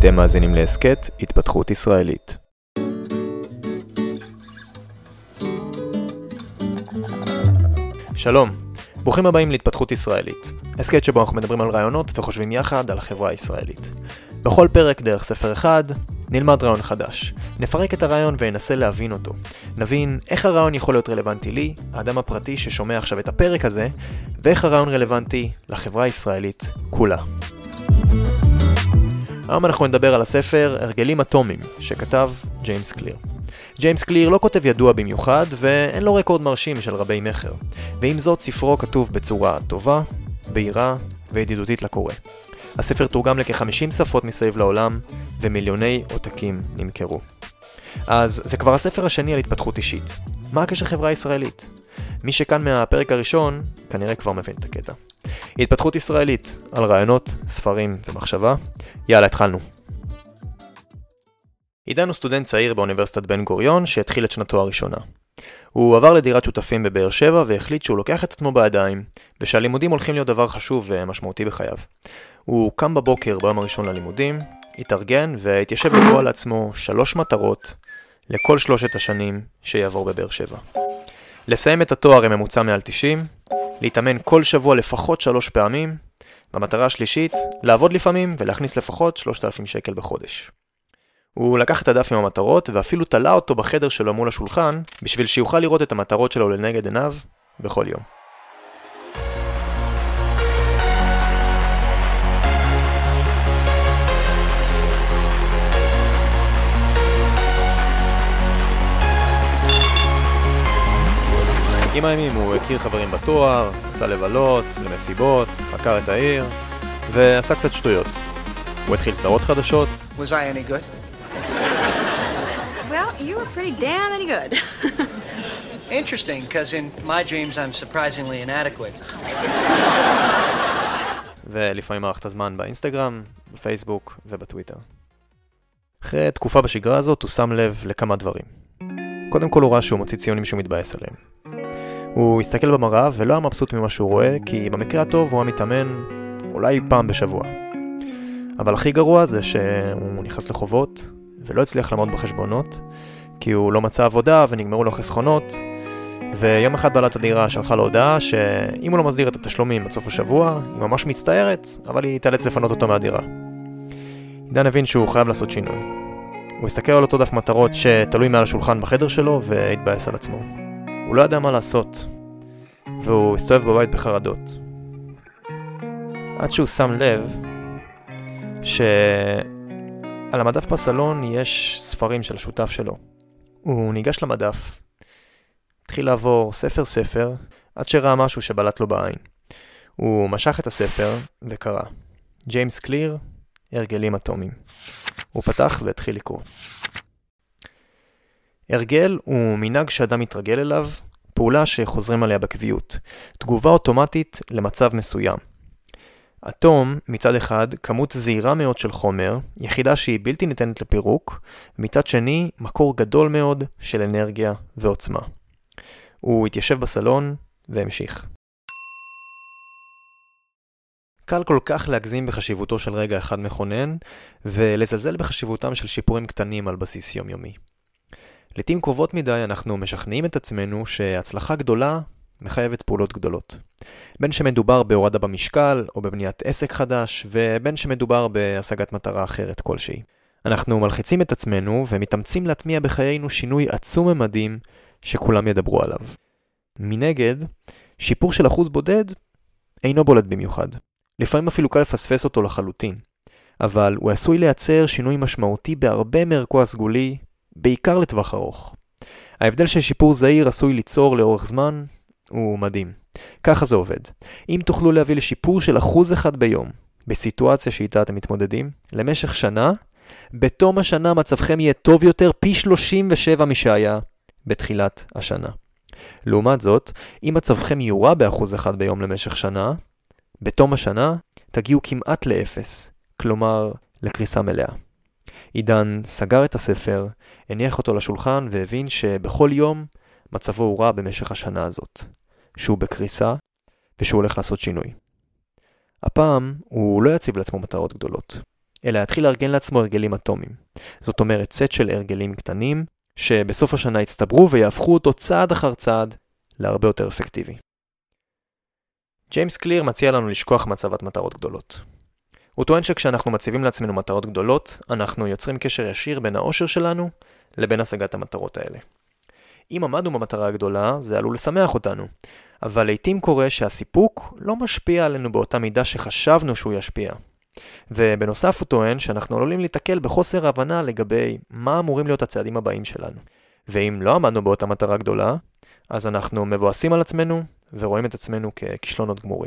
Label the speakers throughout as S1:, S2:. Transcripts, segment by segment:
S1: אתם מאזינים להסכת התפתחות ישראלית. שלום, ברוכים הבאים להתפתחות ישראלית. הסכת שבו אנחנו מדברים על רעיונות וחושבים יחד על החברה הישראלית. בכל פרק דרך ספר אחד נלמד רעיון חדש. נפרק את הרעיון וננסה להבין אותו. נבין איך הרעיון יכול להיות רלוונטי לי, האדם הפרטי ששומע עכשיו את הפרק הזה, ואיך הרעיון רלוונטי לחברה הישראלית כולה. היום אנחנו נדבר על הספר הרגלים אטומיים שכתב ג'יימס קליר. ג'יימס קליר לא כותב ידוע במיוחד ואין לו רקורד מרשים של רבי מחר. ועם זאת ספרו כתוב בצורה טובה, בהירה וידידותית לקורא. הספר תורגם לכ-50 שפות מסביב לעולם ומיליוני עותקים נמכרו. אז זה כבר הספר השני על התפתחות אישית. מה הקשר חברה ישראלית? מי שכאן מהפרק הראשון כנראה כבר מבין את הקטע. התפתחות ישראלית על רעיונות, ספרים ומחשבה. יאללה, התחלנו. עידן הוא סטודנט צעיר באוניברסיטת בן גוריון שהתחיל את שנתו הראשונה. הוא עבר לדירת שותפים בבאר שבע והחליט שהוא לוקח את עצמו בידיים ושהלימודים הולכים להיות דבר חשוב ומשמעותי בחייו. הוא קם בבוקר ביום הראשון ללימודים, התארגן והתיישב לקבוע לעצמו 3 מטרות לכל 3 השנים שיעבור בבאר שבע. לסיים את התואר עם ממוצע מעל 90, להתאמן כל שבוע לפחות 3 פעמים, והמטרה השלישית, לעבוד לפעמים ולהכניס לפחות 3,000 שקל בחודש. הוא לקח את הדף עם המטרות ואפילו תלה אותו בחדר שלו מול השולחן בשביל שיוכל לראות את המטרות שלו לנגד עיניו בכל יום. עם הימים הוא הכיר חברים בתואר, יצא לבלות, למסיבות, חקר את העיר ועשה קצת שטויות. הוא התחיל סדרות חדשות.
S2: Was I any good?
S3: Well, you were pretty damn any good.
S2: Interesting, because in my dreams I'm surprisingly inadequate.
S1: ולפעמים ערך את הזמן באינסטגרם, בפייסבוק ובטוויטר. אחרי תקופה בשגרה הזאת הוא שם לב לכמה דברים. קודם כל הוא ראה שהוא מוציא ציונים שהוא מתבאס עליהם. הוא הסתכל במראה ולא היה מבסוט ממה שהוא רואה, כי במקרה הטוב הוא היה מתאמן אולי פעם בשבוע. אבל הכי גרוע זה שהוא נכנס לחובות ולא הצליח לעמוד בחשבונות, כי הוא לא מצא עבודה ונגמרו לו חסכונות, ויום אחד בעלת הדירה שלחה לו הודעה שאם הוא לא מסדיר את התשלומים עד סוף השבוע, היא ממש מצטערת, אבל היא תאלץ לפנות אותו מהדירה. עידן הבין שהוא חייב לעשות שינוי. הוא הסתכל על אותו דף מטרות שתלוי מעל השולחן בחדר שלו והתבאס על עצמו. הוא לא ידע מה לעשות, והוא הסתובב בבית בחרדות. עד שהוא שם לב שעל המדף בסלון יש ספרים של השותף שלו. הוא ניגש למדף, התחיל לעבור ספר, עד שראה משהו שבלט לו בעין. הוא משך את הספר וקרא. ג'יימס קליר, הרגלים אטומיים. הוא פתח והתחיל לקרוא. הרגל הוא מנהג שאדם מתרגל אליו, פעולה שחוזרים עליה בקביעות, תגובה אוטומטית למצב מסוים. אטום, מצד אחד, כמות זהירה מאוד של חומר, יחידה שהיא בלתי ניתנת לפירוק, ומצד שני, מקור גדול מאוד של אנרגיה ועוצמה. הוא התיישב בסלון והמשיך. קל כל כך להגזים בחשיבותו של רגע אחד מכונן, ולזלזל בחשיבותם של שיפורים קטנים על בסיס יומיומי. לעתים קרובות מדי אנחנו משכנעים את עצמנו שהצלחה גדולה מחייבת פעולות גדולות. בין שמדובר בהורדה במשקל או בבניית עסק חדש, ובין שמדובר בהשגת מטרה אחרת כלשהי. אנחנו מלחיצים את עצמנו ומתאמצים להטמיע בחיינו שינוי עצום ממדים שכולם ידברו עליו. מנגד, שיפור של אחוז בודד אינו בולט במיוחד. לפעמים אפילו קל לפספס אותו לחלוטין. אבל הוא עשוי לייצר שינוי משמעותי בהרבה מערכו הסגולי, בעיקר לטווח ארוך. ההבדל של שיפור זהיר עשוי ליצור לאורך זמן הוא מדהים. ככה זה עובד. אם תוכלו להביא לשיפור של 1% ביום, בסיטואציה שאיתה אתם מתמודדים, למשך שנה, בתום השנה מצבכם יהיה טוב יותר פי 37 משהיה בתחילת השנה. לעומת זאת, אם מצבכם יורע ב1% ביום למשך שנה, בתום השנה תגיעו כמעט ל0, כלומר לקריסה מלאה. עידן סגר את הספר, הניח אותו לשולחן והבין שבכל יום מצבו הוא רע במשך השנה הזאת, שהוא בקריסה ושהוא הולך לעשות שינוי. הפעם הוא לא יציב לעצמו מטרות גדולות. אלא יתחיל לארגן לעצמו הרגלים אטומיים. זאת אומרת, סט של הרגלים קטנים, שבסוף השנה יצטברו ויהפכו אותו צעד אחר צעד להרבה יותר אפקטיבי. ג'יימס קליר מציע לנו לשכוח מצבת מטרות גדולות. הוא טוען שכשאנחנו מציבים לעצמנו מטרות גדולות, אנחנו יוצרים קשר ישיר בין האושר שלנו לבין השגת המטרות האלה. אם עמדנו במטרה הגדולה, זה עלול לשמח אותנו, אבל לעתים קורה שהסיפוק לא משפיע עלינו באותה מידה שחשבנו שהוא ישפיע. ובנוסף הוא טוען שאנחנו עלולים להתקל בחוסר הבנה לגבי מה אמורים להיות הצעדים הבאים שלנו. ואם לא עמדנו באותה מטרה גדולה, אז אנחנו מבואסים על עצמנו ורואים את עצמנו ככישלונות גמורים.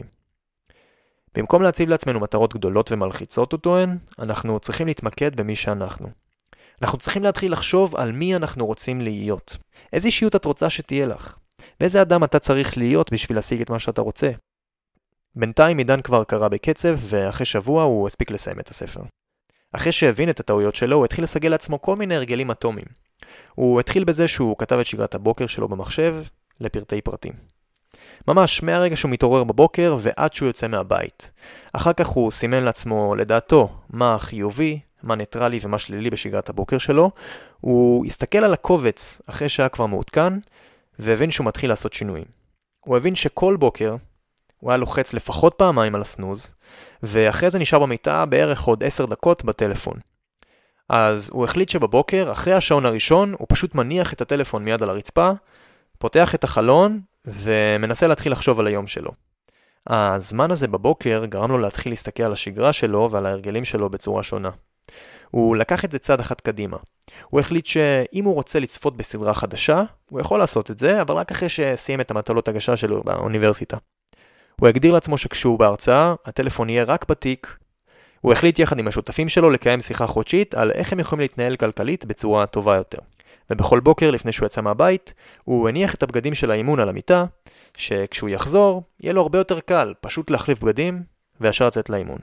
S1: במקום להציב לעצמנו מטרות גדולות ומלחיצות, הוא טוען, אנחנו צריכים להתמקד במי שאנחנו. אנחנו צריכים להתחיל לחשוב על מי אנחנו רוצים להיות. איזה אישיות את רוצה שתהיה לך? ואיזה אדם אתה צריך להיות בשביל להשיג את מה שאתה רוצה? בינתיים עידן כבר קרא בקצב, ואחרי שבוע הוא הספיק לסיים את הספר. אחרי שהבין את הטעויות שלו, הוא התחיל לסגל לעצמו כל מיני הרגלים אטומיים. הוא התחיל בזה שהוא כתב את שגרת הבוקר שלו במחשב לפרטי פרטים. ממש מהרגע שהוא מתעורר בבוקר ועד שהוא יוצא מהבית. אחר כך הוא סימן לעצמו לדעתו מה חיובי, מה ניטרלי ומה שלילי בשגרת הבוקר שלו. הוא הסתכל על הקובץ אחרי שהיה כבר מעודכן, והבין שהוא מתחיל לעשות שינויים. הוא הבין שכל בוקר הוא היה לוחץ לפחות פעמיים על הסנוז, ואחרי זה נשאר במיטה בערך עוד 10 דקות בטלפון. אז הוא החליט שבבוקר, אחרי השעון הראשון, הוא פשוט מניח את הטלפון מיד על הרצפה, פותח את החלון ומנסה להתחיל לחשוב על היום שלו. הזמן הזה בבוקר גרם לו להתחיל להסתכל על השגרה שלו ועל ההרגלים שלו בצורה שונה. הוא לקח את זה צעד אחד קדימה. הוא החליט שאם הוא רוצה לצפות בסדרה חדשה, הוא יכול לעשות את זה, אבל רק אחרי שסיים את המטלות הגשה שלו באוניברסיטה. הוא הגדיר לעצמו שכשהוא בהרצאה, הטלפון יהיה רק בתיק. הוא החליט יחד עם השותפים שלו לקיים שיחה חודשית על איך הם יכולים להתנהל כלכלית בצורה טובה יותר. ובכל בוקר לפני שהוא יצא מהבית, הוא הניח את הבגדים של האימון על המיטה, שכשהוא יחזור, יהיה לו הרבה יותר קל פשוט להחליף בגדים וישר לצאת לאימון.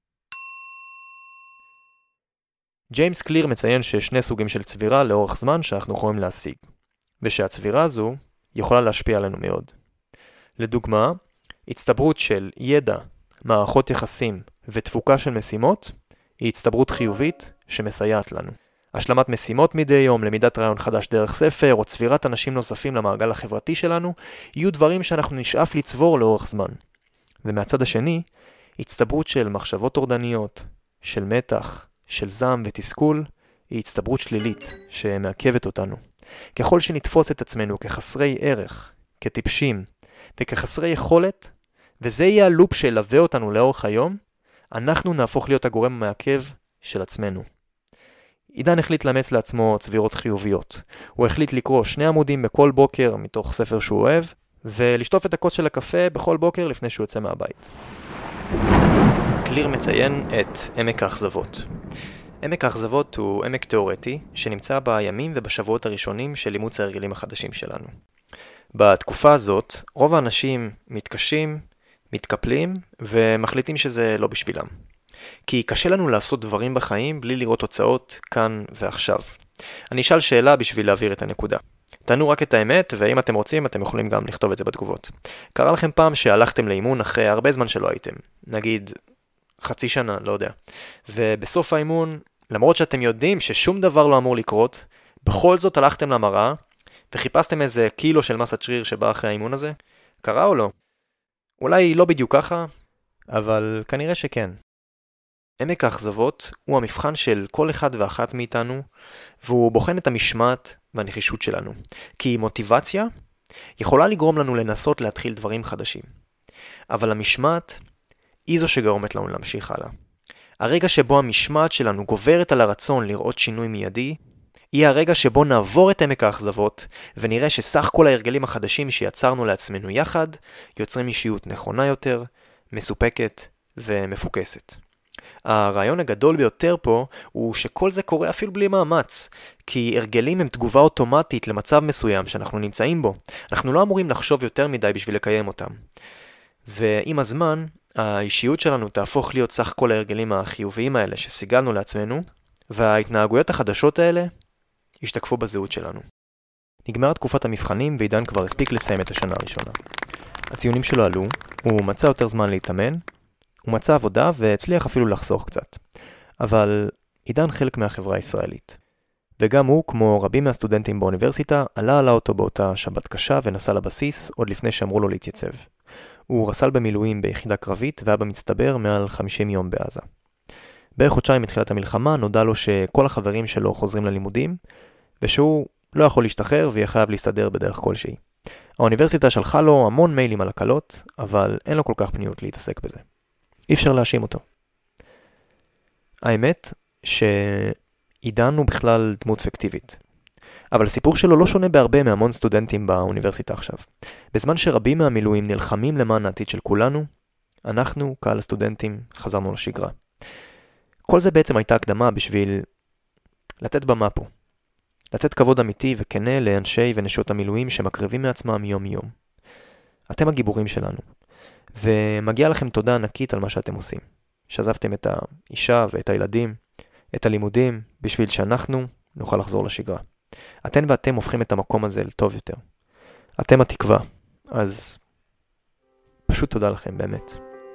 S1: ג'יימס קליר מציין ששני סוגים של צבירה לאורך זמן שאנחנו יכולים להשיג, ושהצבירה הזו יכולה להשפיע עלינו מאוד. לדוגמה, הצטברות של ידע, מערכות יחסים ותפוקה של משימות היא הצטברות חיובית שמסייעת לנו. השלמת משימות מדי יום, למידת רעיון חדש דרך ספר או צבירת אנשים נוספים למעגל החברתי שלנו יהיו דברים שאנחנו נשאף לצבור לאורך זמן. ומהצד השני, הצטברות של מחשבות טורדניות, של מתח, של זעם ותסכול היא הצטברות שלילית שמעכבת אותנו. ככל שנתפוס את עצמנו כחסרי ערך, כטיפשים וכחסרי יכולת, וזה יהיה הלופ שילווה אותנו לאורך היום, אנחנו נהפוך להיות הגורם המעכב של עצמנו. עידן החליט לאמץ לעצמו צבירות חיוביות. הוא החליט לקרוא 2 עמודים בכל בוקר מתוך ספר שהוא אוהב, ולשטוף את הכוס של הקפה בכל בוקר לפני שהוא יוצא מהבית. קליר מציין את עמק האכזבות. עמק האכזבות הוא עמק תיאורטי שנמצא בימים ובשבועות הראשונים של אימוץ ההרגלים החדשים שלנו. בתקופה הזאת, רוב האנשים מתקשים, מתקפלים ומחליטים שזה לא בשבילם. כי קשה לנו לעשות דברים בחיים בלי לראות תוצאות כאן ועכשיו. אני אשאל שאלה בשביל להעביר את הנקודה. תענו רק את האמת, ואם אתם רוצים, אתם יכולים גם לכתוב את זה בתגובות. קרה לכם פעם שהלכתם לאימון אחרי הרבה זמן שלא הייתם. נגיד, חצי שנה, לא יודע. ובסוף האימון, למרות שאתם יודעים ששום דבר לא אמור לקרות, בכל זאת הלכתם למראה, וחיפשתם איזה קילו של מסת שריר שבא אחרי האימון הזה? קרה או לא? אולי לא בדיוק ככה, אבל כנראה שכן. עמק האכזבות הוא המבחן של כל אחד ואחת מאיתנו, והוא בוחן את המשמעת והנחישות שלנו. כי מוטיבציה יכולה לגרום לנו לנסות להתחיל דברים חדשים. אבל המשמעת היא זו שגורמת לנו להמשיך הלאה. הרגע שבו המשמעת שלנו גוברת על הרצון לראות שינוי מיידי, היא הרגע שבו נעבור את עמק האכזבות, ונראה שסך כל ההרגלים החדשים שיצרנו לעצמנו יחד, יוצרים אישיות נכונה יותר, מסופקת ומפוקסת. הרעיון הגדול ביותר פה הוא שכל זה קורה אפילו בלי מאמץ, כי הרגלים הם תגובה אוטומטית למצב מסוים שאנחנו נמצאים בו. אנחנו לא אמורים לחשוב יותר מדי בשביל לקיים אותם. ועם הזמן, האישיות שלנו תהפוך להיות סך כל ההרגלים החיוביים האלה שסיגלנו לעצמנו, וההתנהגויות החדשות האלה ישתקפו בזהות שלנו. נגמרה תקופת המבחנים ועידן כבר הספיק לסיים את השנה הראשונה. הציונים שלו עלו, הוא מצא יותר זמן להתאמן, הוא מצא עבודה והצליח אפילו לחסוך קצת. אבל עידן חלק מהחברה הישראלית. וגם הוא, כמו רבים מהסטודנטים באוניברסיטה, עלה על האוטו באותה שבת קשה ונסע לבסיס עוד לפני שאמרו לו להתייצב. הוא רס"ל במילואים ביחידה קרבית והיה במצטבר מעל 50 יום בעזה. בערך חודשיים מתחילת המלחמה נודע לו שכל החברים שלו חוזרים ללימודים, ושהוא לא יכול להשתחרר ויהיה חייב להסתדר בדרך כלשהי. האוניברסיטה שלחה לו המון מיילים על הקלות, אבל אין לו כל כך פניות להתעסק בזה. אי אפשר להאשים אותו. האמת שעידן הוא בכלל דמות פיקטיבית. אבל הסיפור שלו לא שונה בהרבה מהמון סטודנטים באוניברסיטה עכשיו. בזמן שרבים מהמילואים נלחמים למען העתיד של כולנו, אנחנו, קהל הסטודנטים, חזרנו לשגרה. כל זה בעצם הייתה הקדמה בשביל לתת במה פה. לתת כבוד אמיתי וכנה לאנשי ונשות המילואים שמקרבים מעצמם יום-יום. אתם הגיבורים שלנו, ומגיע לכם תודה ענקית על מה שאתם עושים. שעזבתם את האישה ואת הילדים, את הלימודים, בשביל שאנחנו נוכל לחזור לשגרה. אתן ואתם הופכים את המקום הזה לטוב יותר. אתם התקווה, אז פשוט תודה לכם באמת.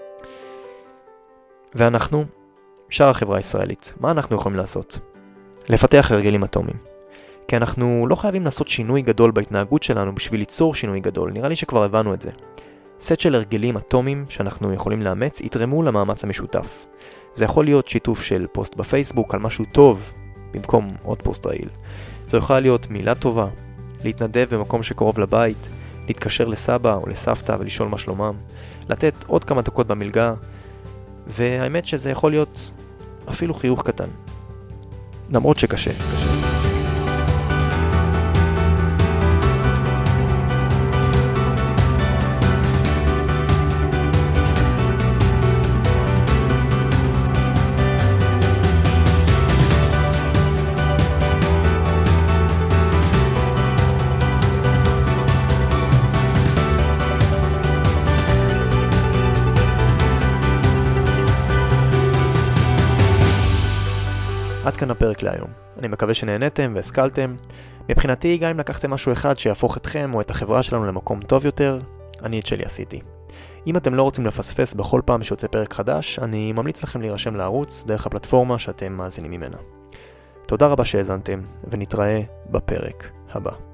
S1: ואנחנו, שאר החברה הישראלית, מה אנחנו יכולים לעשות? לפתח הרגלים אטומיים. כי אנחנו לא חייבים לעשות שינוי גדול בהתנהגות שלנו בשביל ליצור שינוי גדול, נראה לי שכבר הבנו את זה. סט של הרגלים אטומיים שאנחנו יכולים לאמץ יתרמו למאמץ המשותף. זה יכול להיות שיתוף של פוסט בפייסבוק על משהו טוב במקום עוד פוסט רעיל. זו יכולה להיות מילה טובה, להתנדב במקום שקרוב לבית, להתקשר לסבא או לסבתא ולשאול מה שלומם, לתת עוד כמה דקות במלגה, והאמת שזה יכול להיות אפילו חיוך קטן. למרות שקשה. עד כאן הפרק להיום. אני מקווה שנהנתם והשכלתם. מבחינתי, גם אם לקחתם משהו אחד שיהפוך אתכם או את החברה שלנו למקום טוב יותר, אני את שלי עשיתי. אם אתם לא רוצים לפספס בכל פעם שיוצא פרק חדש, אני ממליץ לכם להירשם לערוץ דרך הפלטפורמה שאתם מאזינים ממנה. תודה רבה שהאזנתם, ונתראה בפרק הבא.